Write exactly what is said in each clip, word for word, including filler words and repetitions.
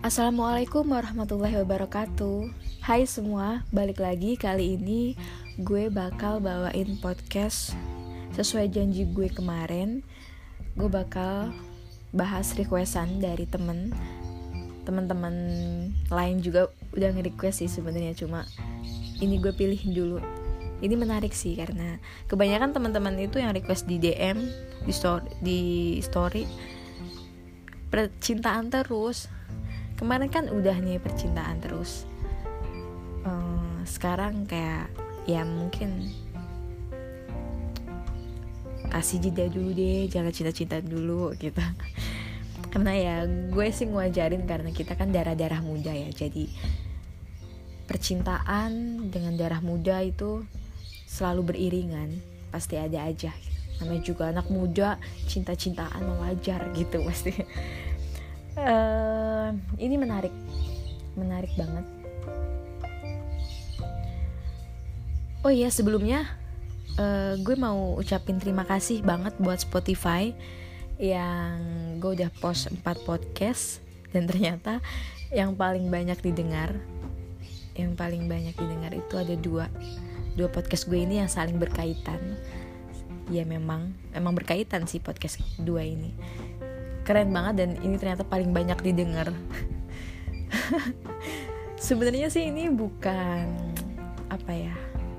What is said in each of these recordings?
Assalamualaikum warahmatullahi wabarakatuh. Hai semua, balik lagi. Kali ini gue bakal bawain podcast sesuai janji gue kemarin. Gue bakal bahas requestan dari temen Teman-teman lain juga udah nge-request sih sebenarnya, cuma ini gue pilih dulu. Ini menarik sih karena kebanyakan teman-teman itu yang request di D M, di story, di story percintaan terus. Kemarin kan udah nih percintaan terus. Uh, sekarang kayak ya mungkin kasih jeda dulu deh, jangan cinta-cinta dulu gitu. Karena ya gue sih ngewajarin karena kita kan darah-darah muda ya. Jadi percintaan dengan darah muda itu selalu beriringan, pasti ada aja gitu. Namanya juga anak muda, cinta-cintaan wajar gitu pasti. Uh, ini menarik, menarik banget. Oh iya, sebelumnya uh, gue mau ucapin terima kasih banget buat Spotify yang gue udah post empat podcast dan ternyata yang paling banyak didengar, yang paling banyak didengar itu ada dua, dua podcast gue ini yang saling berkaitan. Ya memang, memang berkaitan sih podcast dua ini. Keren banget dan ini ternyata paling banyak didengar. Sebenarnya sih ini bukan apa ya,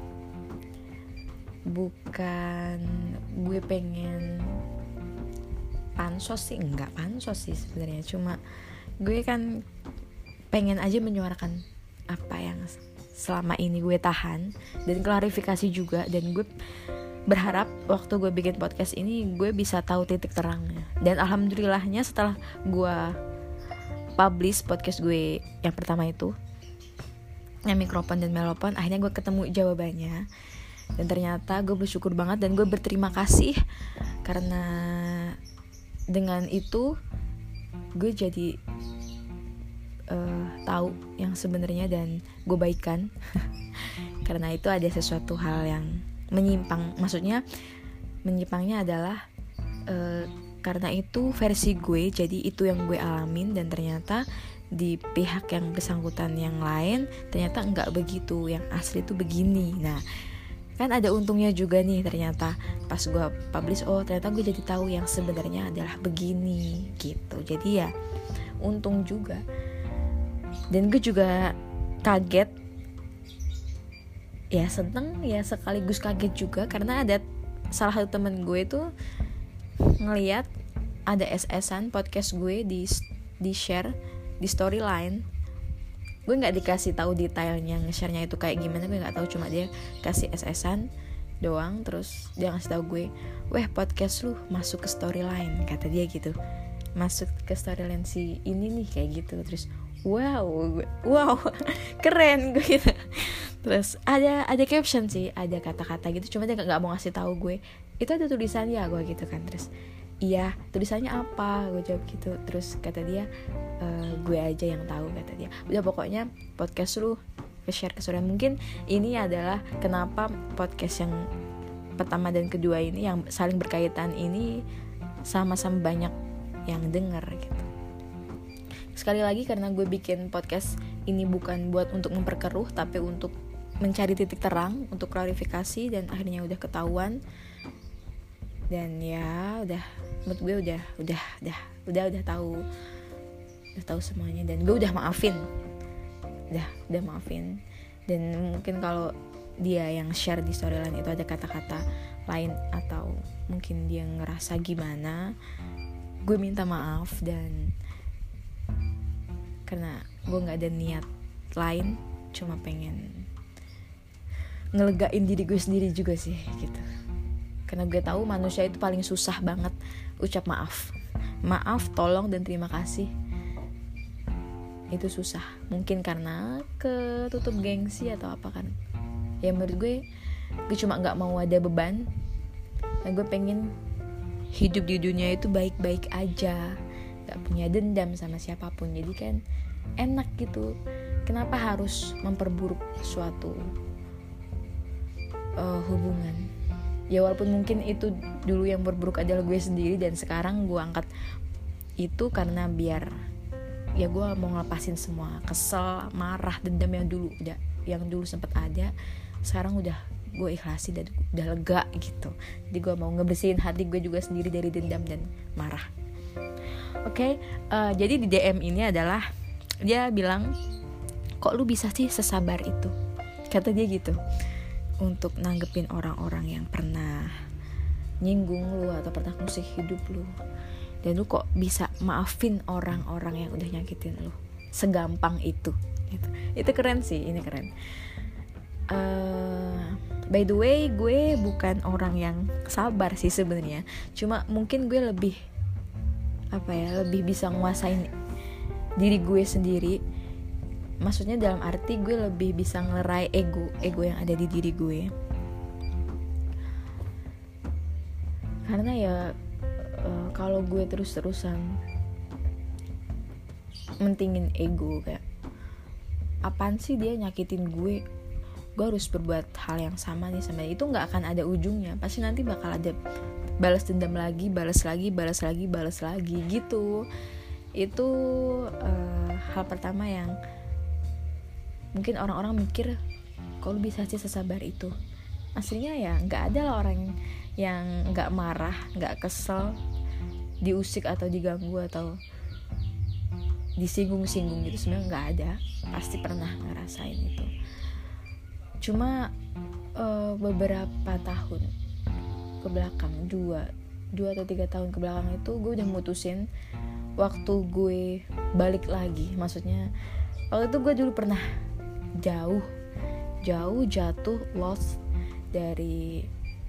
bukan gue pengen pansos sih, enggak pansos sih sebenarnya, cuma gue kan pengen aja menyuarakan apa yang selama ini gue tahan dan klarifikasi juga. Dan gue berharap waktu gue bikin podcast ini gue bisa tahu titik terangnya. Dan alhamdulillahnya setelah gue publish podcast gue yang pertama itu, yang mikrofon dan melopon, akhirnya gue ketemu jawabannya. Dan ternyata gue bersyukur banget dan gue berterima kasih karena dengan itu gue jadi uh, tahu yang sebenarnya dan gue baikkan. Karena itu ada sesuatu hal yang menyimpang, maksudnya menyimpangnya adalah uh, karena itu versi gue, jadi itu yang gue alamin dan ternyata di pihak yang bersangkutan yang lain ternyata enggak begitu, yang asli itu begini. Nah kan ada untungnya juga nih, ternyata pas gue publish, oh ternyata gue jadi tahu yang sebenarnya adalah begini gitu. Jadi ya untung juga. Dan gue juga kaget, ya seneng ya sekaligus kaget juga karena ada salah satu temen gue tuh ngeliat ada S S-an podcast gue di di share di storyline. Gue nggak dikasih tahu detailnya nge-share-nya itu kayak gimana, gue nggak tahu, cuma dia kasih S S-an doang, terus dia ngasih tahu gue, weh podcast lu masuk ke storyline, kata dia gitu, masuk ke storyline si ini nih kayak gitu. Terus wow, wow keren gue gitu. Terus ada ada caption sih, ada kata-kata gitu, cuma dia nggak mau ngasih tahu gue itu ada tulisan ya gue gitu kan. Terus iya tulisannya apa, gue jawab gitu. Terus kata dia, e, gue aja yang tahu, kata dia. Udah pokoknya podcast lu ke share ke story. Mungkin ini adalah kenapa podcast yang pertama dan kedua ini yang saling berkaitan ini sama-sama banyak yang denger gitu. Sekali lagi karena gue bikin podcast ini bukan buat untuk memperkeruh, tapi untuk mencari titik terang, untuk klarifikasi, dan akhirnya udah ketahuan. Dan ya udah, menurut gue udah udah udah udah udah tahu udah tahu semuanya, dan gue udah maafin udah udah maafin. Dan mungkin kalau dia yang share di storyline itu ada kata-kata lain atau mungkin dia ngerasa gimana, gue minta maaf. Dan karena gue nggak ada niat lain, cuma pengen ngelegain diri gue sendiri juga sih gitu. Karena gue tahu manusia itu paling susah banget ucap maaf. Maaf, tolong, dan terima kasih. Itu susah. Mungkin karena ketutup gengsi atau apa kan. Ya menurut gue, gue cuma gak mau ada beban. Dan gue pengen hidup di dunia itu baik-baik aja. Gak punya dendam sama siapapun. Jadi kan enak gitu. Kenapa harus memperburuk suatu uh, hubungan? Ya walaupun mungkin itu dulu yang berburuk adalah gue sendiri, dan sekarang gue angkat itu karena biar ya gue mau ngelepasin semua kesel, marah, dendam yang dulu udah yang dulu sempet ada, sekarang udah gue ikhlasin dan udah lega gitu. Jadi gue mau ngebersihin hati gue juga sendiri dari dendam dan marah. Oke, okay, uh, jadi di D M ini adalah dia bilang, kok lu bisa sih sesabar itu, kata dia gitu, untuk nanggepin orang-orang yang pernah nyinggung lu atau pernah ngusik hidup lu. Dan lu kok bisa maafin orang-orang yang udah nyakitin lu segampang itu gitu. Itu keren sih, ini keren. uh, By the way, gue bukan orang yang sabar sih sebenarnya. Cuma mungkin gue lebih Apa ya lebih bisa nguasain diri gue sendiri. Maksudnya dalam arti gue lebih bisa ngelerai ego Ego yang ada di diri gue. Karena ya Uh, kalau gue terus-terusan mentingin ego, kayak apaan sih dia nyakitin gue, gue harus berbuat hal yang sama nih sama dia, itu nggak akan ada ujungnya. Pasti nanti bakal ada balas dendam lagi, balas lagi, balas lagi, balas lagi gitu. Itu uh, hal pertama yang mungkin orang-orang mikir, kok lu bisa sih sesabar itu. Aslinya ya nggak ada lah orang yang nggak marah, nggak kesel, diusik atau diganggu atau disinggung-singgung gitu, sebenarnya nggak ada, pasti pernah ngerasain itu. Cuma uh, beberapa tahun ke belakang, dua dua atau tiga tahun ke belakang itu gue udah mutusin, waktu gue balik lagi, maksudnya waktu itu gue dulu pernah jauh jauh jatuh lost dari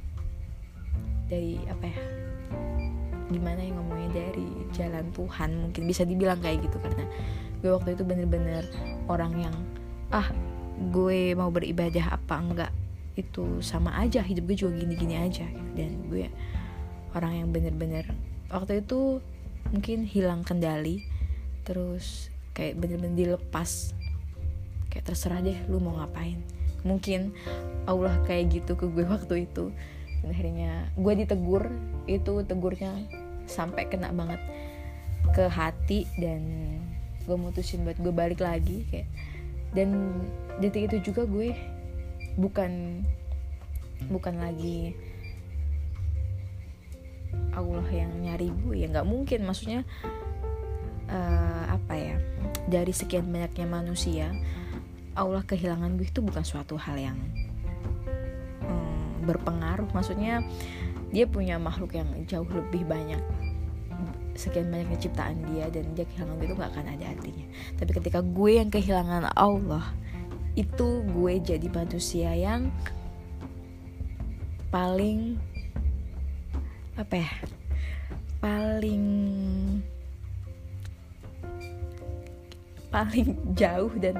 dari apa ya, gimana yang ngomongnya, dari jalan Tuhan, mungkin bisa dibilang kayak gitu. Karena gue waktu itu bener-bener orang yang ah gue mau beribadah apa enggak itu sama aja, hidup gue juga gini-gini aja. Dan gue orang yang bener-bener waktu itu mungkin hilang kendali, terus kayak bener-bener dilepas, kayak terserah deh lu mau ngapain. Mungkin Allah kayak gitu ke gue waktu itu. Dan akhirnya gue ditegur, itu tegurnya sampai kena banget ke hati, dan gue mutusin buat gue balik lagi kayak. Dan detik itu juga gue bukan bukan lagi Allah yang nyari gue, ya nggak mungkin. Maksudnya uh, apa ya, dari sekian banyaknya manusia Allah kehilangan gue itu bukan suatu hal yang berpengaruh. Maksudnya dia punya makhluk yang jauh lebih banyak, sekian banyaknya ciptaan dia, dan dia kehilangan itu gak akan ada artinya. Tapi ketika gue yang kehilangan Allah, itu gue jadi manusia yang paling apa ya, paling paling jauh dan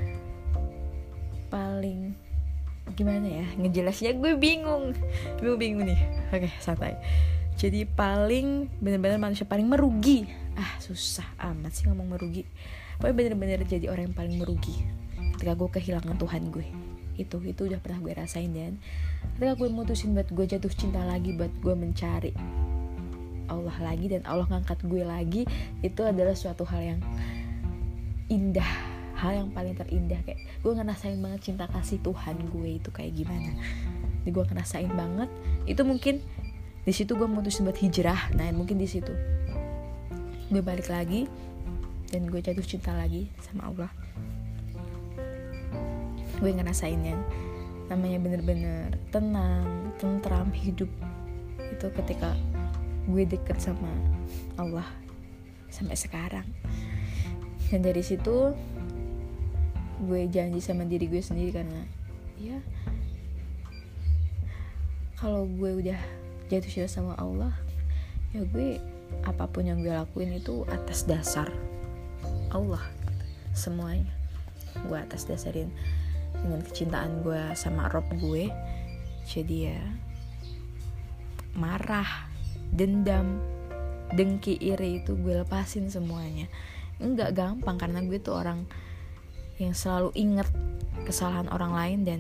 paling gimana ya ngejelasnya, gue bingung gue bingung nih. Oke, santai. Jadi paling benar-benar manusia paling merugi. Ah susah amat sih ngomong merugi. Pokoknya benar-benar jadi orang yang paling merugi ketika gue kehilangan Tuhan gue. Itu itu udah pernah gue rasain. Dan ketika gue mutusin buat gue jatuh cinta lagi, buat gue mencari Allah lagi, dan Allah ngangkat gue lagi, itu adalah suatu hal yang indah, hal yang paling terindah. Kayak gue ngerasain banget cinta kasih Tuhan gue itu kayak gimana. Jadi gue ngerasain banget. Itu mungkin di situ gue mutusin buat hijrah. Nah mungkin di situ gue balik lagi dan gue jatuh cinta lagi sama Allah. Gue ngerasain yang namanya bener-bener tenang, tentram hidup itu ketika gue deket sama Allah sampai sekarang. Dan dari situ gue janji sama diri gue sendiri, karena ya kalau gue udah jatuh cinta sama Allah, ya gue apapun yang gue lakuin itu atas dasar Allah, semuanya gue atas dasarin dengan kecintaan gue sama Rob gue. Jadi ya marah, dendam, dengki, iri itu gue lepasin semuanya. Enggak gampang karena gue tuh orang yang selalu inget kesalahan orang lain dan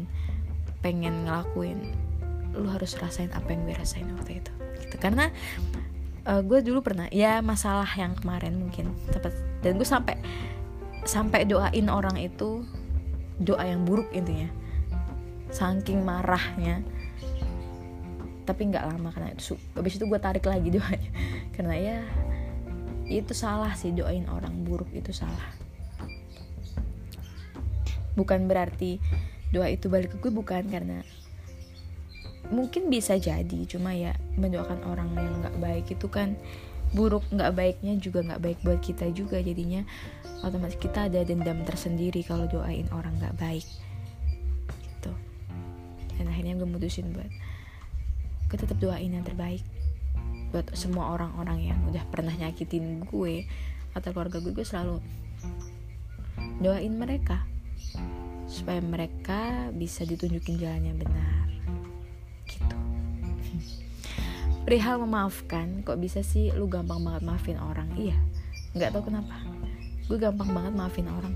pengen ngelakuin, lu harus rasain apa yang gue rasain waktu itu gitu. Karena uh, gue dulu pernah ya masalah yang kemarin mungkin tepat, dan gue sampai sampai doain orang itu doa yang buruk intinya, saking marahnya. Tapi nggak lama karena itu habis itu gue tarik lagi doanya karena ya itu salah sih, doain orang buruk itu salah. Bukan berarti doa itu balik ke gue, bukan, karena mungkin bisa jadi, cuma ya mendoakan orang yang nggak baik itu kan buruk, nggak baiknya juga nggak baik buat kita juga, jadinya otomatis kita ada dendam tersendiri kalau doain orang nggak baik gitu. Dan akhirnya gue mutusin buat gue tetap doain yang terbaik buat semua orang-orang yang udah pernah nyakitin gue atau keluarga gue. Gue selalu doain mereka supaya mereka bisa ditunjukin jalan yang benar gitu. Perihal memaafkan, kok bisa sih lu gampang banget maafin orang? Iya, nggak tahu kenapa gue gampang banget maafin orang.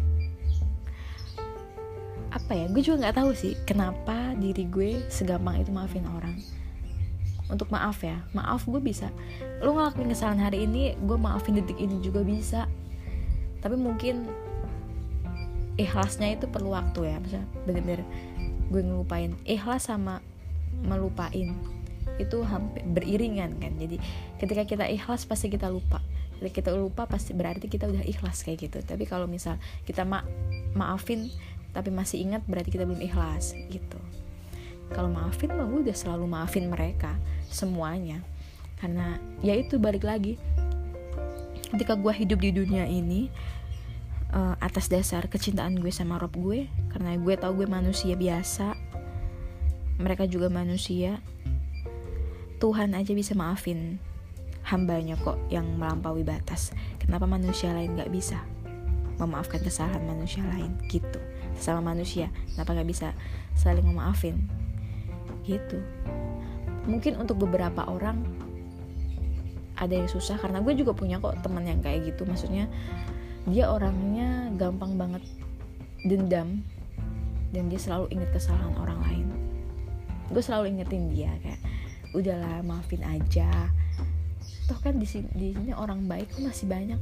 Apa ya, gue juga nggak tahu sih kenapa diri gue segampang itu maafin orang. Untuk maaf ya, maaf gue bisa, lu ngelakuin kesalahan hari ini, gue maafin detik ini juga bisa. Tapi mungkin ikhlasnya itu perlu waktu ya, misalnya bener-bener gue ngelupain. Ikhlas sama melupain itu hampir beriringan kan. Jadi ketika kita ikhlas pasti kita lupa, ketika kita lupa pasti berarti kita udah ikhlas kayak gitu. Tapi kalau misal kita ma- maafin tapi masih ingat, berarti kita belum ikhlas gitu. Kalau maafin mah gue udah selalu maafin mereka semuanya, karena ya itu balik lagi, ketika gue hidup di dunia ini uh, atas dasar kecintaan gue sama Rob gue, karena gue tahu gue manusia biasa, mereka juga manusia. Tuhan aja bisa maafin hambanya kok yang melampaui batas. Kenapa manusia lain gak bisa memaafkan kesalahan manusia lain gitu? Sesama manusia, kenapa gak bisa saling memaafin gitu? Mungkin untuk beberapa orang ada yang susah, karena gue juga punya kok teman yang kayak gitu. Maksudnya dia orangnya gampang banget dendam dan dia selalu inget kesalahan orang lain. Gue selalu ingetin dia kayak, udahlah maafin aja, toh kan di sini, di sini orang baik masih banyak.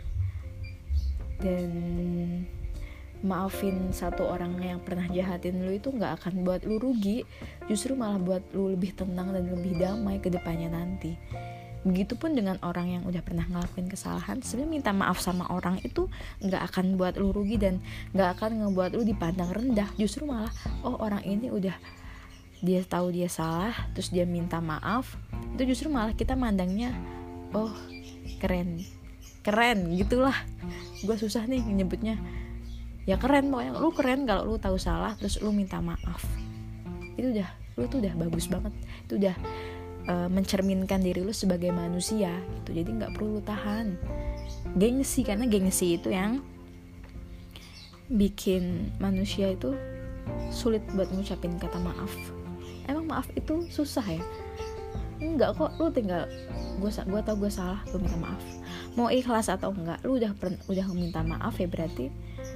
Dan maafin satu orang yang pernah jahatin lu itu gak akan buat lu rugi, justru malah buat lu lebih tenang dan lebih damai ke depannya nanti. Begitupun dengan orang yang udah pernah ngelakuin kesalahan, sebenarnya minta maaf sama orang itu gak akan buat lu rugi dan gak akan ngebuat lu dipandang rendah. Justru malah, oh orang ini udah, dia tahu dia salah, terus dia minta maaf, itu justru malah kita mandangnya, oh keren, keren gitulah. Gue susah nih nyebutnya. Ya keren, pokoknya lu keren kalau lu tahu salah terus lu minta maaf. Itu udah, lu tuh udah bagus banget. Itu udah uh, mencerminkan diri lu sebagai manusia gitu. Jadi nggak perlu lu tahan gengsi, karena gengsi itu yang bikin manusia itu sulit buat ngucapin kata maaf. Emang maaf itu susah ya? Enggak kok, lu tinggal gue gue tau gue salah, lu minta maaf. Mau ikhlas atau enggak, lu udah per, udah minta maaf ya berarti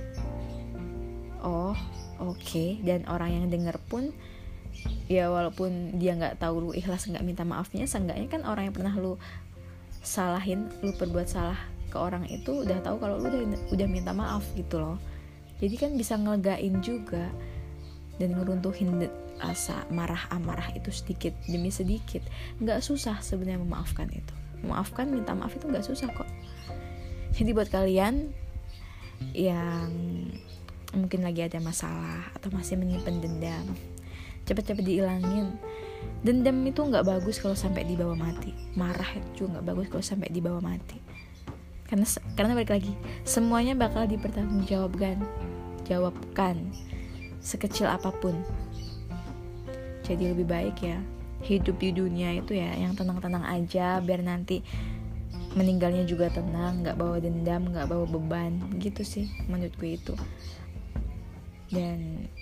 oh oke okay. Dan orang yang denger pun ya walaupun dia nggak tahu lu ikhlas nggak minta maafnya, seenggaknya kan orang yang pernah lu salahin, lu perbuat salah ke orang itu udah tahu kalau lu udah udah minta maaf gitu loh. Jadi kan bisa ngelegain juga dan ngeruntuhin rasa marah amarah itu sedikit demi sedikit. Nggak susah sebenarnya memaafkan itu. Memaafkan, minta maaf itu nggak susah kok. Jadi buat kalian yang mungkin lagi ada masalah atau masih menyimpan dendam, cepet-cepet diilangin. Dendam itu nggak bagus kalau sampai dibawa mati. Marah itu juga nggak bagus kalau sampai dibawa mati. Karena karena balik lagi, semuanya bakal dipertanggungjawabkan, jawabkan sekecil apapun. Jadi lebih baik ya hidup di dunia itu ya yang tenang-tenang aja, biar nanti meninggalnya juga tenang, nggak bawa dendam, nggak bawa beban gitu sih menurut gue itu. Dan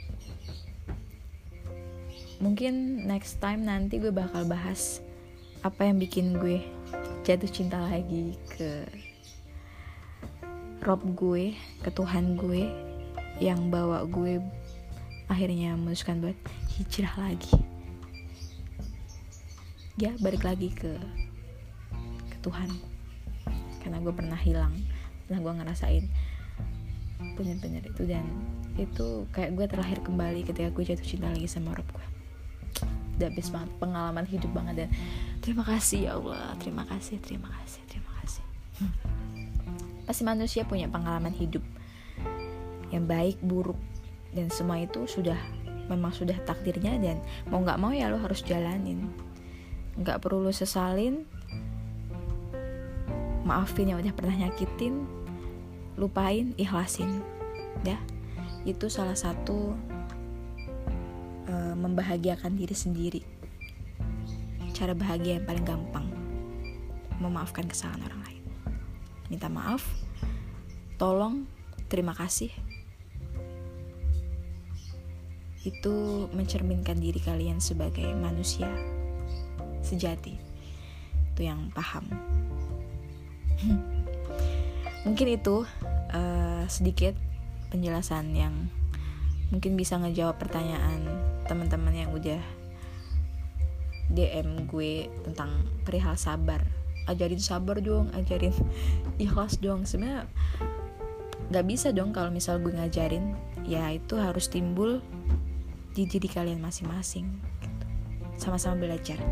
mungkin next time nanti gue bakal bahas apa yang bikin gue jatuh cinta lagi ke Rob gue, ke Tuhan gue yang bawa gue akhirnya memutuskan buat hijrah lagi. Ya balik lagi ke, ke Tuhan, karena gue pernah hilang, pernah gue ngerasain bener-bener itu, dan itu kayak gue terlahir kembali ketika gue jatuh cinta lagi sama Rob gue. The best banget, pengalaman hidup banget, dan terima kasih ya Allah, terima kasih, terima kasih, terima kasih. hmm. Pasti manusia punya pengalaman hidup yang baik, buruk, dan semua itu sudah memang sudah takdirnya, dan mau nggak mau ya lo harus jalanin. Nggak perlu lo sesalin, maafin yang udah pernah nyakitin, lupain, ikhlasin, dah. Itu salah satu uh, membahagiakan diri sendiri. Cara bahagia yang paling gampang, memaafkan kesalahan orang lain. Minta maaf, tolong, terima kasih. Itu mencerminkan diri kalian sebagai manusia sejati. Itu yang paham. Mungkin itu uh, sedikit penjelasan yang mungkin bisa ngejawab pertanyaan teman-teman yang udah D M gue tentang perihal sabar. Ajarin sabar dong, ajarin ikhlas dong. Sebenarnya gak bisa dong kalau misal gue ngajarin. Ya itu harus timbul di diri kalian masing-masing gitu. Sama-sama belajar.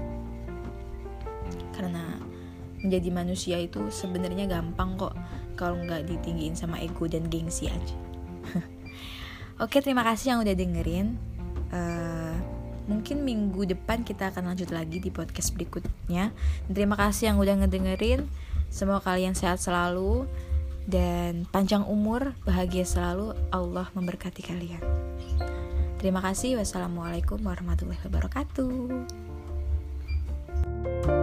Karena menjadi manusia itu sebenarnya gampang kok, kalau gak ditinggiin sama ego dan gengsi aja. Oke, terima kasih yang udah dengerin. uh, Mungkin minggu depan kita akan lanjut lagi di podcast berikutnya. Terima kasih yang udah ngedengerin. Semoga kalian sehat selalu dan panjang umur, bahagia selalu. Allah memberkati kalian. Terima kasih. Wassalamualaikum warahmatullahi wabarakatuh.